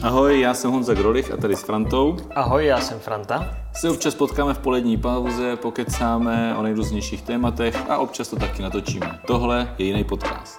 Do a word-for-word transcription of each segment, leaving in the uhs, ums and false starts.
Ahoj, já jsem Honza Grolich a tady s Frantou. Ahoj, já jsem Franta. Se občas potkáme v polední pauze, pokecáme o nejrůznějších tématech a občas to taky natočíme. Tohle je jiný podcast.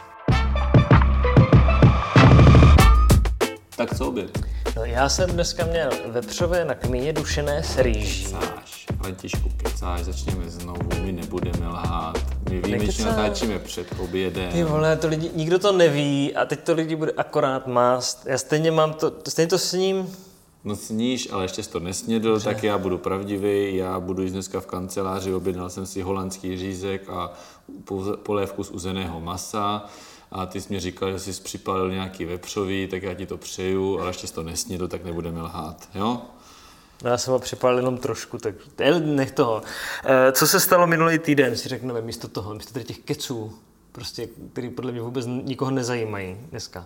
Tak co oběd? No, já jsem dneska měl vepřové na kmíně dušené s rýží. Kecáš, Františku, kecáš, začněme znovu, my nebudeme lhát. My výjimečně natáčíme před obědem. Ty vole, to lidi, nikdo to neví a teď to lidi bude akorát mást. Já stejně mám to, stejně to s ním. No sníš, ale ještě jsi to nesnědl, Dobře. Tak já budu pravdivý, já budu jít dneska v kanceláři, objednal jsem si holandský řízek a polévku z uzeného masa. A ty jsi mi říkal, že jsi připalil nějaký vepřový, tak já ti to přeju, ale ještě jsi to nesnědl, tak nebudeme lhát, jo? No, já jsem ho připalil jenom trošku, tak nech toho. Co se stalo minulý týden, si řekneme místo toho, místo tady těch keců, prostě, který podle mě vůbec nikoho nezajímají dneska.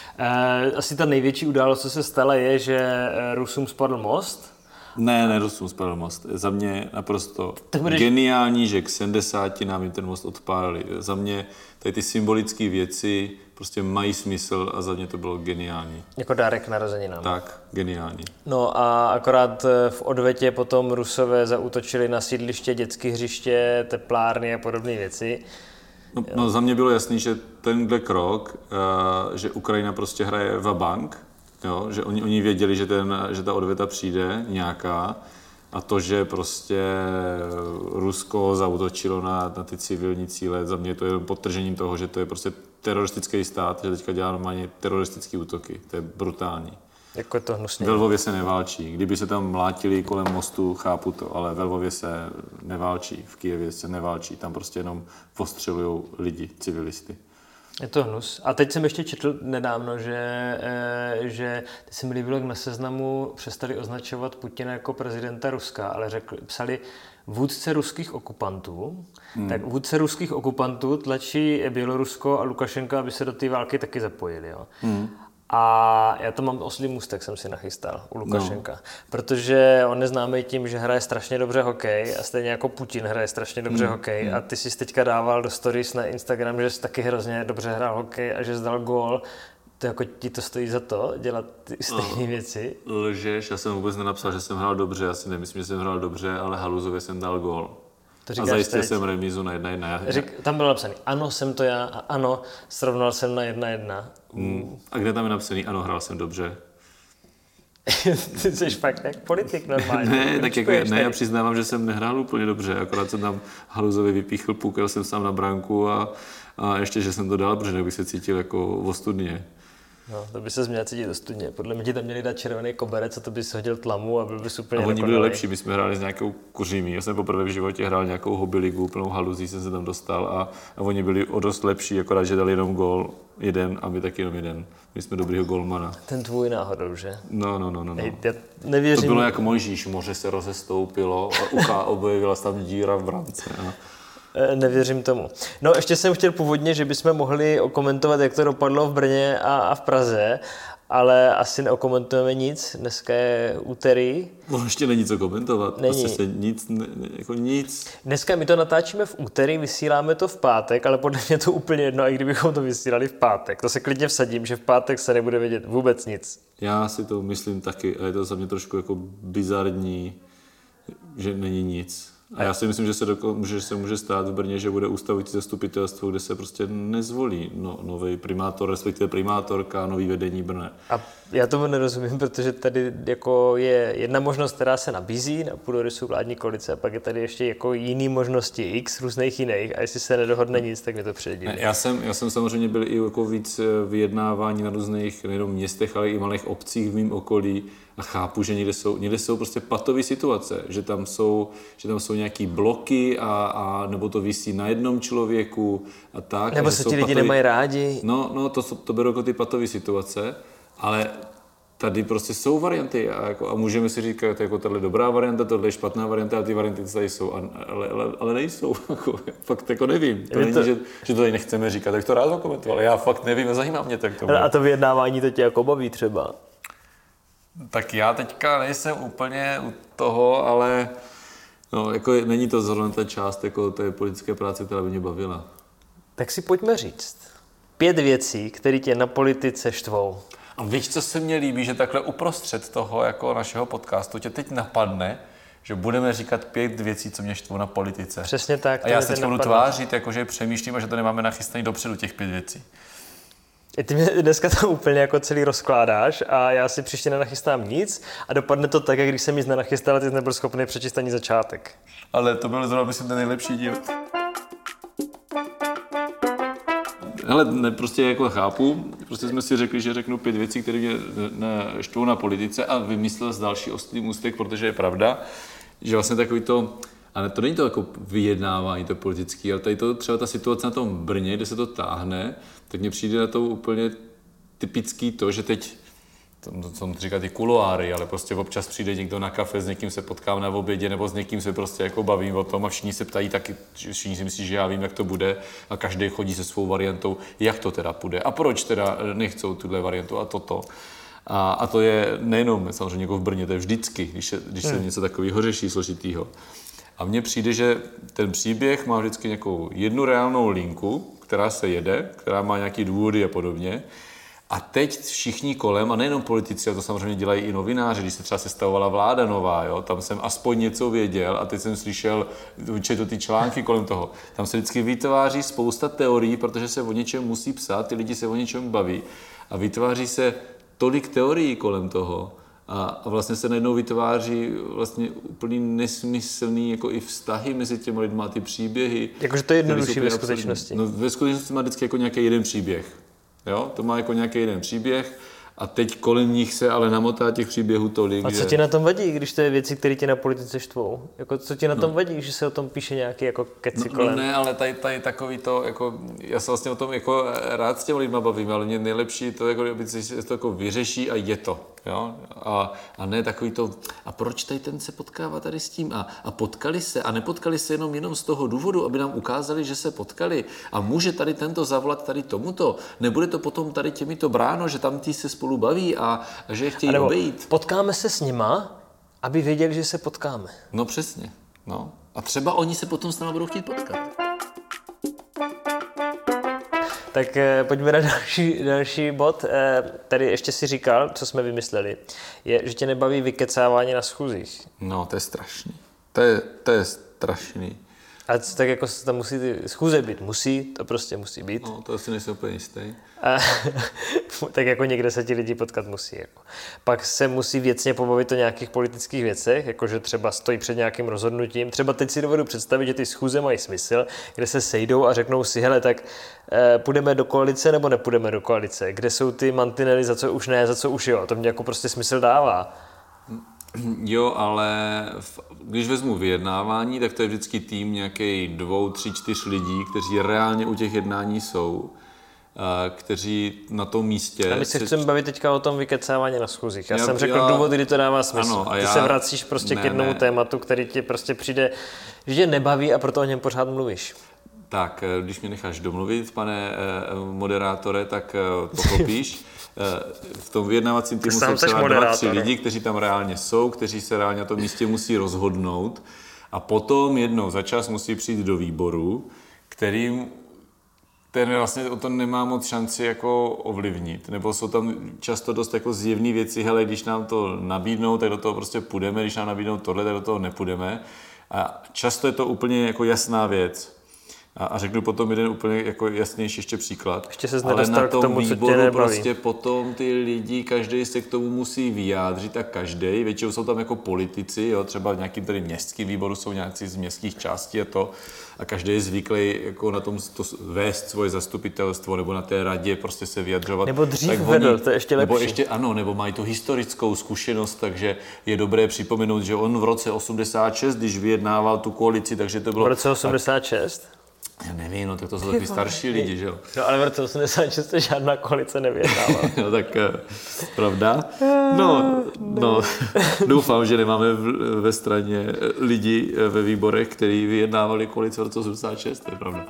Asi ta největší událost, co se stala, je, že Rusům spadl most. Ne, ne, Rusům spadl most. Za mě naprosto budeš... geniální, že k sedmdesáti nám jim ten most odpálili. Za mě tady ty symbolické věci prostě mají smysl a za mě to bylo geniální. Jako dárek narozeninám. Tak, geniální. No a akorát v odvetě potom Rusové zaútočili na sídliště, dětské hřiště, teplárny a podobné věci. No, no za mě bylo jasný, že tenhle krok, uh, že Ukrajina prostě hraje vabank, jo, že oni, oni věděli, že, ten, že ta odveta přijde nějaká a to, že prostě Rusko zaútočilo na, na ty civilní cíle, za mě to je podtržením toho, že to je prostě teroristický stát, že teďka dělá normálně teroristické útoky, to je brutální. Jako je to hnusně. Ve Lvově se neválčí, kdyby se tam mlátili kolem mostu, chápu to, ale ve Lvově se neválčí, v Kyjevě se neválčí, tam prostě jenom postřelujou lidi, civilisty. Je to hnus. A teď jsem ještě četl nedávno, že, že teď se mi líbilo, jak na Seznamu přestali označovat Putina jako prezidenta Ruska, ale řekli, psali vůdce ruských okupantů. Hmm. Tak vůdce ruských okupantů tlačí Bělorusko a Lukašenka, aby se do té války taky zapojili. Jo. Hmm. A já to mám oslý můstek, jsem si nachystal u Lukašenka. No. Protože on je známý tím, že hraje strašně dobře hokej a stejně jako Putin hraje strašně dobře mm. hokej. Mm. A ty jsi teďka dával do stories na Instagram, že jsi taky hrozně dobře hrál hokej a že jsi dal gól. To jako ti to stojí za to, dělat ty stejné no, věci? Lžeš, já jsem vůbec nenapsal, že jsem hrál dobře, já si nemyslím, že jsem hrál dobře, ale Haluzově jsem dal gól. A zajistil teď. jsem remízu na jedna jedna. Řek, tam bylo napsané, ano, jsem to já a ano, srovnal jsem na jedna jedna. Mm. A kde tam je napsaný, ano, hrál jsem dobře? Ty jsi fakt jak politik normálně. Ne, tak jako, ne, já přiznávám, že jsem nehrál úplně dobře, akorát jsem tam Haluzovi vypíchl, půkel jsem sám na branku a, a ještě, že jsem to dal, protože bych se cítil jako ostudně. No, to by se měl cítit ostudně. Podle mě ti tam měli dát červený koberec a to by si hodil tlamu a byl by super. A oni byli lepší, my jsme hráli s nějakou kuřímí. Já jsem poprvé v životě hrál nějakou hobby ligu, plnou haluzí jsem se tam dostal a, a oni byli o dost lepší, akorát, že dali jenom gól jeden a my taky jenom jeden. My jsme dobrýho golmana. Ten tvůj náhodou, že? No, no, no, no. no. Ej, já nevěřím. To bylo jako Mojžíš, moře se rozestoupilo a uká objevila se tam díra v brance. A... Nevěřím tomu. No, ještě jsem chtěl původně, že bychom mohli okomentovat, jak to dopadlo v Brně a, a v Praze, ale asi neokomentujeme nic. Dneska je úterý. No, ještě není co komentovat. Není. Prostě se nic, ne, jako nic. Dneska my to natáčíme v úterý, vysíláme to v pátek, ale podle mě to úplně jedno, i kdybychom to vysílali v pátek. To se klidně vsadím, že v pátek se nebude vědět vůbec nic. Já si to myslím taky, a je to za mě trošku jako bizarní, že není nic. A já si myslím, že se, doko- že se může stát v Brně, že bude ústavující zastupitelstvo, kde se prostě nezvolí no, nový primátor, respektive primátorka, nový vedení Brna. A já tomu nerozumím, protože tady jako je jedna možnost, která se nabízí na půdorysu vládní koalice, a pak je tady ještě jako jiný možnosti x různých jiných a jestli se nedohodne nic, tak mi to přijde divné. Já jsem, já jsem samozřejmě byl i jako víc vyjednávání na různých nejenom městech, ale i malých obcích v mém okolí a chápu, že někde jsou, někde jsou prostě patové situace, že tam jsou, že tam jsou nějaký bloky a, a nebo to visí na jednom člověku a tak. Nebo se ti lidi patový... nemají rádi. No, no to, to berou jako ty patové situace, ale tady prostě jsou varianty a, jako, a můžeme si říkat, jako tohle je dobrá varianta, tohle je špatná varianta a ty varianty tady jsou, a, ale, ale, ale nejsou. Fakt jako nevím. To není, to... Že, že to tady nechceme říkat, tak to rád komentoval, ale já fakt nevím, zajímá mě tak to. A to vyjednávání to tě jako baví třeba? Tak já teďka nejsem úplně u toho, ale no, jako není to zrovna ta část jako té politické práce, která by mě bavila. Tak si pojďme říct. Pět věcí, které tě na politice štvou. A víš, co se mně líbí, že takhle uprostřed toho jako našeho podcastu tě teď napadne, že budeme říkat pět věcí, co mě štvou na politice. Přesně tak. A já se teď budu tvářit, jako že přemýšlím a že to nemáme nachystaný dopředu těch pět věcí. I ty mě dneska to úplně jako celý rozkládáš a já si příště nenachystám nic a dopadne to tak, jak když jsem nic nenachystal, a ty jsi nebyl schopný přečíst ani začátek. Ale to byl zrovna, myslím, ten nejlepší díl. Hele, ne, prostě jako chápu, prostě jsme si řekli, že řeknu pět věcí, které mě štvou na politice a vymyslel z další ostrý můstek, protože je pravda, že vlastně takový to, ale to není to jako vyjednávání, to politické, ale tady to třeba ta situace na tom Brně, kde se to táhne, tak mně přijde na to úplně typický to, že teď, to jsem říkal ty kuloáry, ale prostě občas přijde někdo na kafe, s někým se potkám na obědě, nebo s někým se prostě jako bavím o tom a všichni se ptají taky, všichni si myslí, že já vím, jak to bude a každý chodí se svou variantou, jak to teda půjde a proč teda nechcou tuhle variantu a toto. A, a to je nejenom samozřejmě jako v Brně, to je vždycky, když se, když se hmm. něco takového řeší složitýho. A mně přijde, že ten příběh má vždycky nějakou jednu reálnou linku, která se jede, která má nějaký důvody a podobně. A teď všichni kolem, a nejenom politici, a to samozřejmě dělají i novináři, když se třeba sestavovala vláda nová, jo, tam jsem aspoň něco věděl a teď jsem slyšel, četl ty články kolem toho. Tam se vždycky vytváří spousta teorií, protože se o něčem musí psát, ty lidi se o něčem baví a vytváří se tolik teorií kolem toho a, a vlastně se najednou vytváří vlastně úplný nesmyslný jako i vztahy mezi těmi lidmi a ty příběhy. Jakože to je jednodušší ve skutečnosti. No, ve skutečnosti má vždycky jako nějaký jeden příběh. Jo? To má jako nějaký jeden příběh a teď kolem nich se ale namotá těch příběhů tolik. A co že... ti na tom vadí, když to je věci, které tě na politice štvou? Jako, co ti na tom no. vadí, že se o tom píše nějaký jako keci no, kolem? No ne, ale tady, tady takový to, jako, já se vlastně o tom jako rád s těmi lidma bavím, ale mě nejlepší to, jako, aby se to jako vyřeší a je to. Jo? A, a ne takový to, a proč tady ten se potkává tady s tím a, a potkali se a nepotkali se jenom jenom z toho důvodu, aby nám ukázali, že se potkali a může tady tento zavolat tady tomuto, nebude to potom tady těmito bráno, že tam tí se spolu baví a, a že je chtějí obejít. Potkáme se s nima, aby věděli, že se potkáme. No přesně, no. A třeba oni se potom s námi budou chtít potkat. Tak eh, pojďme na další, další bod. Eh, tady ještě si říkal, co jsme vymysleli, je, že tě nebaví vykecávání na schůzích. No, to je strašný. To je, to je strašný. A tak jako se tam musí ty schůze být, musí, to prostě musí být. No, to asi nejsem úplně jistý. A, tak jako někde se ti lidi potkat musí. Jako. Pak se musí věcně pobavit o nějakých politických věcech, jakože třeba stojí před nějakým rozhodnutím. Třeba teď si dovedu představit, že ty schůze mají smysl, kde se sejdou a řeknou si, hele, tak eh, půjdeme do koalice nebo nepůjdeme do koalice? Kde jsou ty mantinely, za co už ne, za co už jo? To mě jako prostě smysl dává. Jo, ale v, když vezmu vyjednávání, tak to je vždycky tým nějaký dvou, tři, čtyř lidí, kteří reálně u těch jednání jsou, a kteří na tom místě... A my se se... chceme bavit teďka o tom vykecávání na schůzích. Já, já jsem řekl já... důvod, kdy to dává smysl. Ano, a Ty já... se vracíš prostě ne, k jednomu ne. tématu, který ti prostě přijde, že tě nebaví a proto o něm pořád mluvíš. Tak, když mě necháš domluvit, pane moderátore, tak pochopíš. V tom vyjednávacím týmu jsou třeba dva, tři lidi, kteří tam reálně jsou, kteří se reálně na tom místě musí rozhodnout a potom jednou za čas musí přijít do výboru, kterým ten vlastně o tom nemá moc šanci jako ovlivnit. Nebo jsou tam často dost jako zjevné věci, hele, když nám to nabídnou, tak do toho prostě půjdeme, když nám nabídnou tohle, tak do toho nepůjdeme. A často je to úplně jako jasná věc. A, a řeknu potom jeden úplně jako jasnější ještě příklad. Ještě se ale na tom k tomu, výboru co tě nebaví. prostě potom ty lidi, každý se k tomu musí vyjádřit a každý, většinou jsou tam jako politici, jo, třeba v nějakým tady městským výboru jsou nějací z městských částí a to a každý je zvyklý jako na tom to vést svoje zastupitelstvo nebo na té radě prostě se vyjadřovat. Nebo dřív vedl, oni, to je ještě lepší. Nebo ještě ano, nebo mají tu historickou zkušenost, takže je dobré připomenout, že on v roce osmdesát šest, když vyjednával tu koalici, takže to bylo... V roce osmdesát šest? Já nevím, no tak to jsou takový starší lidi, že jo? No ale v roce osmdesát šest to žádná koalice nevyjednává. No tak pravda. No, no, doufám, že nemáme v, ve straně lidi ve výborech, kteří vyjednávali koalici v roce osmdesát šest, to je pravda.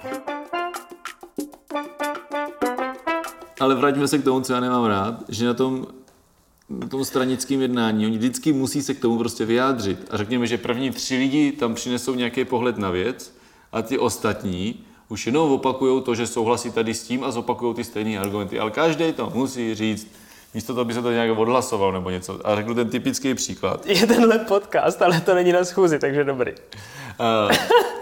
Ale vraťme se k tomu, co já nemám rád, že na tom, na tom stranickém jednání, oni vždycky musí se k tomu prostě vyjádřit. A řekněme, že první tři lidi tam přinesou nějaký pohled na věc, a ty ostatní už jenom opakujou to, že souhlasí tady s tím a zopakují ty stejné argumenty. Ale každý to musí říct místo toho by se to nějak odhlasoval nebo něco. A řeknu ten typický příklad. Je tenhle podcast, ale to není na schůzi, takže dobrý. Uh,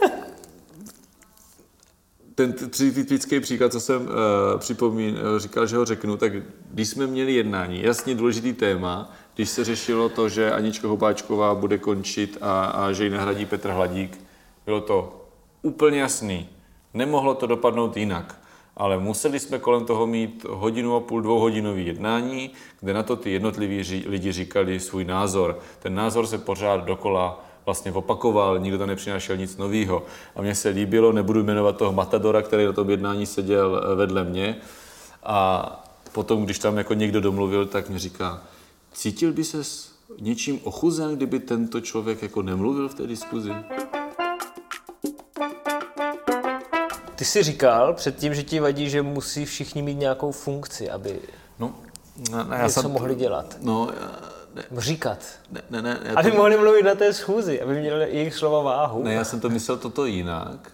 ten typický příklad, co jsem uh, připomín, říkal, že ho řeknu, tak když jsme měli jednání, jasně důležitý téma, když se řešilo to, že Anička Hubáčková bude končit a, a že ji nahradí Petr Hladík, bylo to úplně jasný. Nemohlo to dopadnout jinak. Ale museli jsme kolem toho mít hodinu a půl, dvouhodinový jednání, kde na to ty jednotliví ří, lidi říkali svůj názor. Ten názor se pořád dokola vlastně opakoval, nikdo tam nepřinášel nic nového. A mně se líbilo, nebudu jmenovat toho matadora, který na tom jednání seděl vedle mě. A potom, když tam jako někdo domluvil, tak mi říká, cítil by ses něčím ochuzen, kdyby tento člověk jako nemluvil v té diskuzi? Ty jsi říkal předtím, že ti vadí, že musí všichni mít nějakou funkci, aby no, ne, ne, já něco jsem, mohli dělat. No, ne, říkat. Ne, ne, ne, aby to... mohli mluvit na té schůzi, aby měli jejich slova váhu. Ne, já jsem to myslel toto jinak.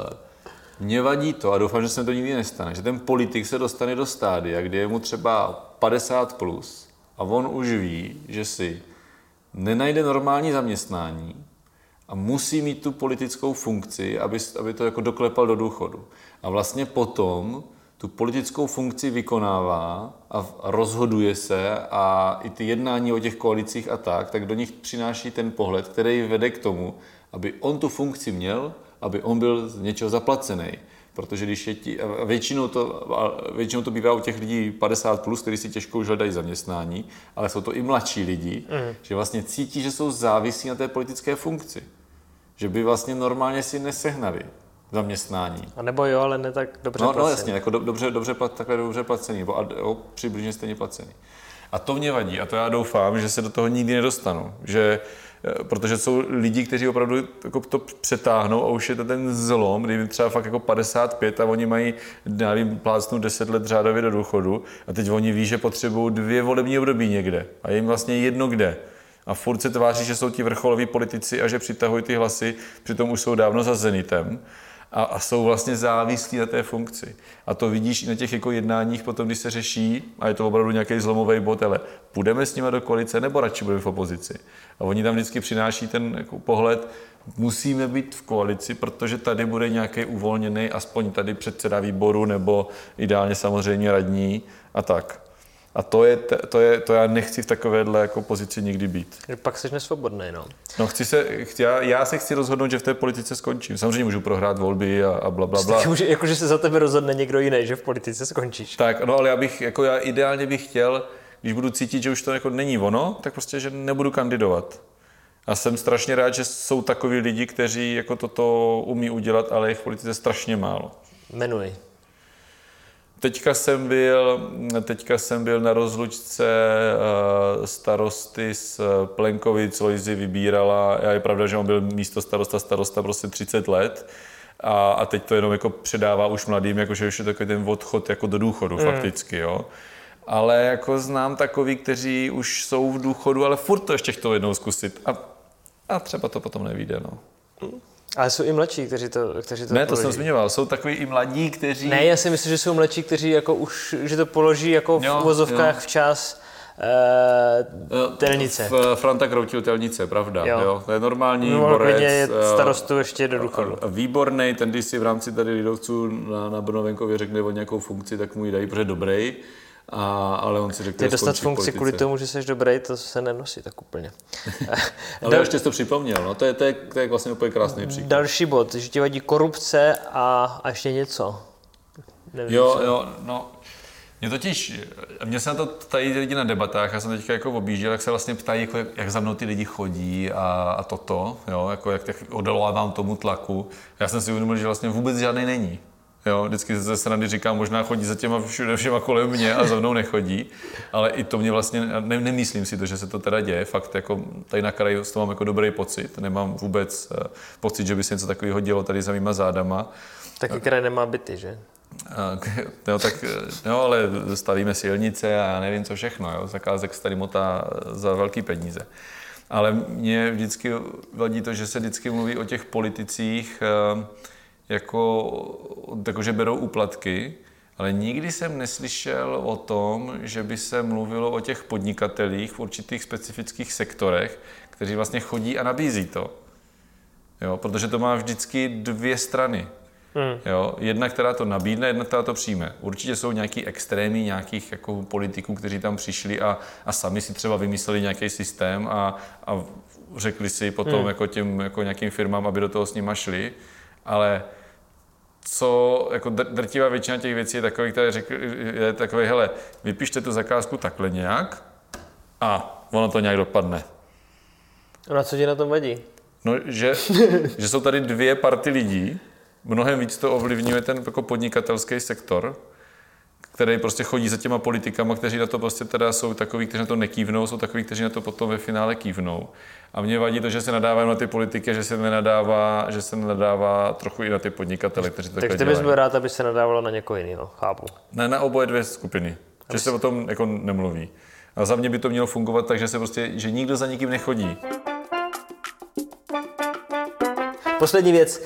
Mně vadí to, a doufám, že se to nikdy nestane, že ten politik se dostane do stádia, kdy je mu třeba padesát plus a on už ví, že si nenajde normální zaměstnání a musí mít tu politickou funkci, aby, aby to jako doklepal do důchodu. A vlastně potom tu politickou funkci vykonává a rozhoduje se a i ty jednání o těch koalicích a tak, tak do nich přináší ten pohled, který vede k tomu, aby on tu funkci měl, aby on byl z něčeho zaplacený. Protože když je ti, většinou, to, většinou to bývá u těch lidí padesát plus, kteří si těžko už hledají zaměstnání, ale jsou to i mladší lidi, mm. že vlastně cítí, že jsou závislí na té politické funkci. Že by vlastně normálně si nesehnali zaměstnání. A nebo jo, ale ne tak dobře no, placený. No jasně, jako do, dobře, dobře, takhle dobře placený, nebo a, jo, přibližně stejně placený. A to mě vadí a to já doufám, že se do toho nikdy nedostanu. Že, protože jsou lidi, kteří opravdu jako to přetáhnou a už je to ten zlom, kdy třeba fakt jako padesát pět a oni mají, nevím, plácnou deset let řádově do důchodu a teď oni ví, že potřebují dvě volební období někde a je jim vlastně jedno kde. A furt se tváří, že jsou ti vrcholoví politici a že přitahují ty hlasy, přitom už jsou dávno za zenitem. A, a jsou vlastně závislí na té funkci. A to vidíš i na těch jako jednáních potom, když se řeší, a je to opravdu nějaký zlomový bod, ale půjdeme s nimi do koalice, nebo radši budeme v opozici. A oni tam vždycky přináší ten jako pohled, musíme být v koalici, protože tady bude nějaký uvolněný, aspoň tady předseda výboru, nebo ideálně samozřejmě radní a tak. A to je, to je, to já nechci v takovéhle jako pozici nikdy být. Pak jsi nesvobodný, no. No chci se, chci, já, já se chci rozhodnout, že v té politice skončím. Samozřejmě můžu prohrát volby a, a bla, bla, bla. Tak může, jakože se za tebe rozhodne někdo jiný, že v politice skončíš. Tak, no ale já bych, jako já ideálně bych chtěl, když budu cítit, že už to jako není ono, tak prostě, že nebudu kandidovat. A jsem strašně rád, že jsou takoví lidi, kteří jako toto umí udělat, ale je v politice strašně málo. Jmenuj. Teďka jsem byl, teďka jsem byl na rozlučce starosty z Plenkovic, Lojzy vybírala, a je pravda, že on byl místo starosta, starosta prostě třicet let a, a teď to jenom jako předává už mladým, jakože už je takový ten odchod jako do důchodu mm. fakticky, jo. Ale jako znám takový, kteří už jsou v důchodu, ale furt to ještě chtěl jednou zkusit a, a třeba to potom nevyjde, no. Mm. Ale jsou i mladší, kteří to kteří to Ne, to položí. jsem zmiňoval. Jsou takový i mladí, kteří... Ne, já si myslím, že jsou mladší, kteří jako už, že to položí jako v jo, uvozovkách jo. včas uh, telnice. V, Franta Kroutil telnice, pravda. Jo. Jo. To je normální no, borec. je starostu ještě do důchodu. Výborný, ten, když si v rámci tady lidovců na, na Brnovenkově řekne o nějakou funkci, tak mu ji dají, protože je dobrý. A, ale on si řekne, že dostat funkci kvůli tomu, že jsi dobrý, to se nenosí tak úplně. Ale Dal... ještě jsi to připomněl, no, to je, to, je, to je vlastně úplně krásný příklad. Další bod, že ti vadí korupce a, a ještě něco. Nevím, jo, co. jo, no. Mě totiž, mě se na to ptají lidi na debatách, já jsem teďka jako objížděl, jak se vlastně ptají, jako jak, jak za mnou ty lidi chodí a, a toto, jo, jako jak, jak odolávám tomu tlaku. Já jsem si uvědomil, že vlastně vůbec žádný není. Jo, vždycky ze srandy říkám, možná chodí za těma všude všema kolem mě a za mnou nechodí, ale i to mě vlastně, ne, nemyslím si to, že se to teda děje, fakt jako tady na kraji z toho mám jako dobrý pocit, nemám vůbec uh, pocit, že by se něco takového dělo tady za mýma zádama. Taky kraj nemá byty, že? No, tak, no, ale stavíme silnice a já nevím co všechno, jo, zakázek se tady motá za velký peníze. Ale mě vždycky vadí to, že se vždycky mluví o těch politicích, uh, jako, jako že berou úplatky ale nikdy jsem neslyšel o tom, že by se mluvilo o těch podnikatelích v určitých specifických sektorech, kteří vlastně chodí a nabízí to. Jo, protože to má vždycky dvě strany. Hmm. Jo, jedna, která to nabídne, jedna, která to přijme. Určitě jsou nějaký extrémy nějakých jako politiků, kteří tam přišli a, a sami si třeba vymysleli nějaký systém a, a řekli si potom hmm. jako těm jako nějakým firmám, aby do toho s nima šli. Ale co jako drtivá většina těch věcí je takových, které řekli, je takový, hele, vypište tu zakázku takhle nějak a ono to nějak dopadne. A co ti na tom vadí? No, že, že jsou tady dvě party lidí, mnohem víc to ovlivňuje ten jako podnikatelský sektor, který prostě chodí za těma politikama, kteří na to prostě teda jsou takový, kteří na to nekývnou, jsou takový, kteří na to potom ve finále kývnou. A mě vadí to, že se nadávají na ty politiky, že se nenadává, že se nenadává trochu i na ty podnikatele, kteří to tak ty bys byl rád, aby se nadávalo na někoho jiného, chápu. Ne, na oboje dvě skupiny, že se o tom jako nemluví. A za mě by to mělo fungovat tak, že se prostě, že nikdo za nikým nechodí. Poslední věc.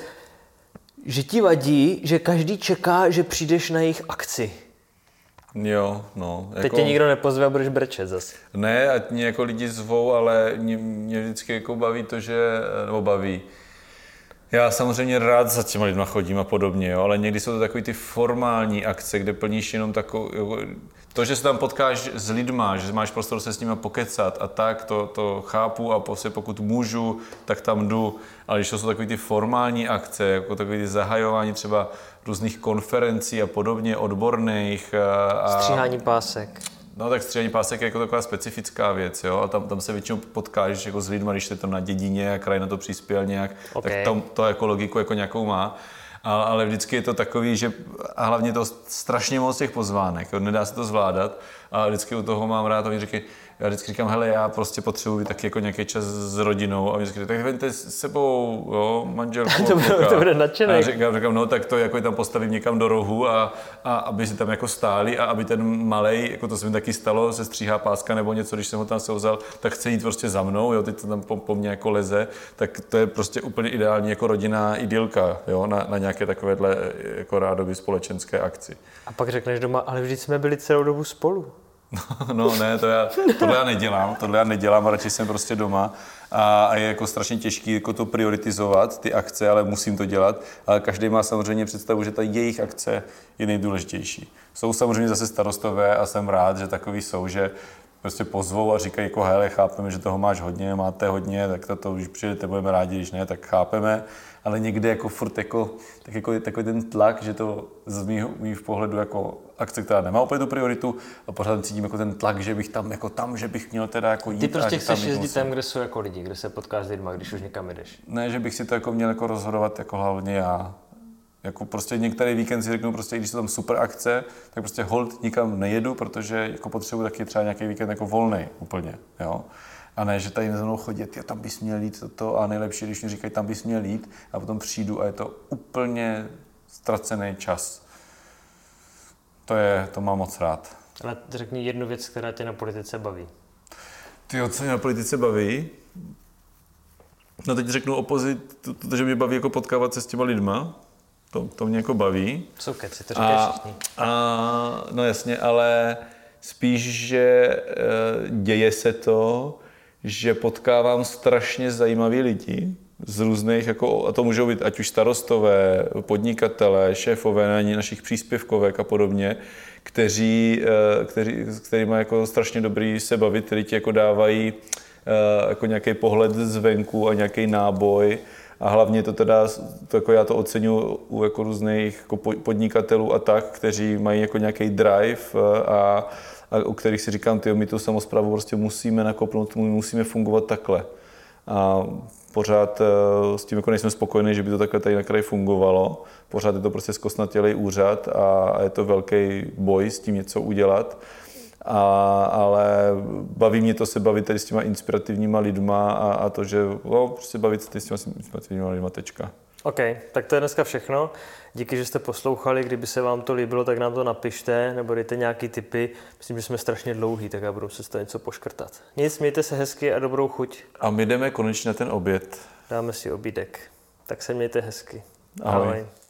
Že ti vadí, že každý čeká, že přijdeš na jejich akci. Jo, no. Jako... Teď tě nikdo nepozve a budeš brečet zase. Ne, ať mě jako lidi zvou, ale mě, mě vždycky jako baví to, že, nebo baví. Já samozřejmě rád za těma lidma chodím a podobně, jo, ale někdy jsou to takový ty formální akce, kde plníš jenom takovou, to, že se tam potkáš s lidma, že máš prostor se s nimi pokecat a tak, to, to chápu a prostě pokud můžu, tak tam jdu, ale když to jsou takový ty formální akce, jako takový ty zahajování třeba různých konferencí a podobně, odborných. A... Stříhání pásek. No tak stříhání pásek je jako taková specifická věc, jo, a tam, tam se většinou potkáš jako s lidma, když jsi tam na dědině a kraj na to přispěl nějak, okay. Tak tam to jako logiku jako nějakou má. Ale, ale vždycky je to takový, že a hlavně to strašně moc těch pozvánek, jo, nedá se to zvládat a vždycky u toho mám rád a oni říkají, já vždycky říkám, hele, já prostě potřebuji taky jako nějaký čas s rodinou a oni říkají, tak vemte s sebou, jo, manželku. to, bude, to bude nadšený. A já říkám, říkám, no tak to jako tam postavím někam do rohu a, a aby si tam jako stáli a aby ten malej, jako to se mi taky stalo, se stříhá páska nebo něco, když jsem ho tam souzal, tak chce jít prostě za mnou, jo, teď to tam po, po mně jako leze, tak to je prostě úplně ideální jako rodinná idylka, jo, na, na nějaké takovéhle jako rádoby společenské akci. A pak řekneš doma, ale vždyť jsme byli celou dobu spolu. No, no ne, to já, tohle já nedělám, tohle já nedělám a radši jsem prostě doma a, a je jako strašně těžké jako to prioritizovat, ty akce, ale musím to dělat, ale každý má samozřejmě představu, že ta jejich akce je nejdůležitější. Jsou samozřejmě zase starostové a jsem rád, že takový jsou, že prostě pozvou a říkají jako hele, chápeme, že toho máš hodně, máte hodně, tak to, to když přijdete, budeme rádi, když ne, tak chápeme, ale někde jako furt jako, tak jako takový ten tlak, že to z mýho, mýho pohledu jako akce, která nemá úplně tu prioritu a pořád cítím jako ten tlak, že bych tam jako tam, že bych měl teda jako jít. Ty prostě chceš jezdit musím. tam, kde jsou jako lidi, kde se potkáš s lidma, když už někam jdeš. Ne, že bych si to jako měl jako rozhodovat jako hlavně já. Jako prostě některý víkend si řeknu, prostě, když jsou tam super akce, tak prostě hold nikam nejedu, protože jako potřebuji taky třeba nějaký víkend jako volnej úplně, jo. A ne, že tady za mnou chodí, jo, tam bys měl jít toto a nejlepší, když mi říkají, tam bys měl jít a potom přijdu a je to úplně ztracený čas. To je, to mám moc rád. Ale řekni jednu věc, která tě na politice baví. Tyjo, co mě na politice baví? No teď řeknu opozit, to, že mě baví jako potkávat se s těma lidma. To, to mě jako baví. Co keci, to říkají všichni. A, no jasně, ale spíš, že e, děje se to, že potkávám strašně zajímaví lidi z různých, jako, a to můžou být ať už starostové, podnikatelé, šéfové našich příspěvkovek a podobně, kteří, e, kteří, s kterými jako strašně dobrý se bavit, kteří ti jako dávají e, jako nějaký pohled zvenku a nějaký náboj. A hlavně to teda, to jako já to oceňuji u jako různých jako podnikatelů a tak, kteří mají jako nějaký drive a, a u kterých si říkám, tyjo, my tu samosprávu prostě musíme nakopnout, musíme fungovat takhle. A pořád s tím jako nejsme spokojení, že by to takhle tady na kraji fungovalo. Pořád je to prostě zkostnatělej úřad a, a je to velký boj s tím něco udělat. A, ale baví mě to se bavit tady s těma inspirativníma lidma a, a to, že no, prostě bavit se s těma inspirativníma lidma, tečka. OK, tak to je dneska všechno. Díky, že jste poslouchali. Kdyby se vám to líbilo, tak nám to napište nebo dejte nějaký tipy. Myslím, že jsme strašně dlouhý, tak já budu se z toho něco poškrtat. Nic, mějte se hezky a dobrou chuť. A my jdeme konečně na ten oběd. Dáme si obídek. Tak se mějte hezky. Ahoj. Ahoj.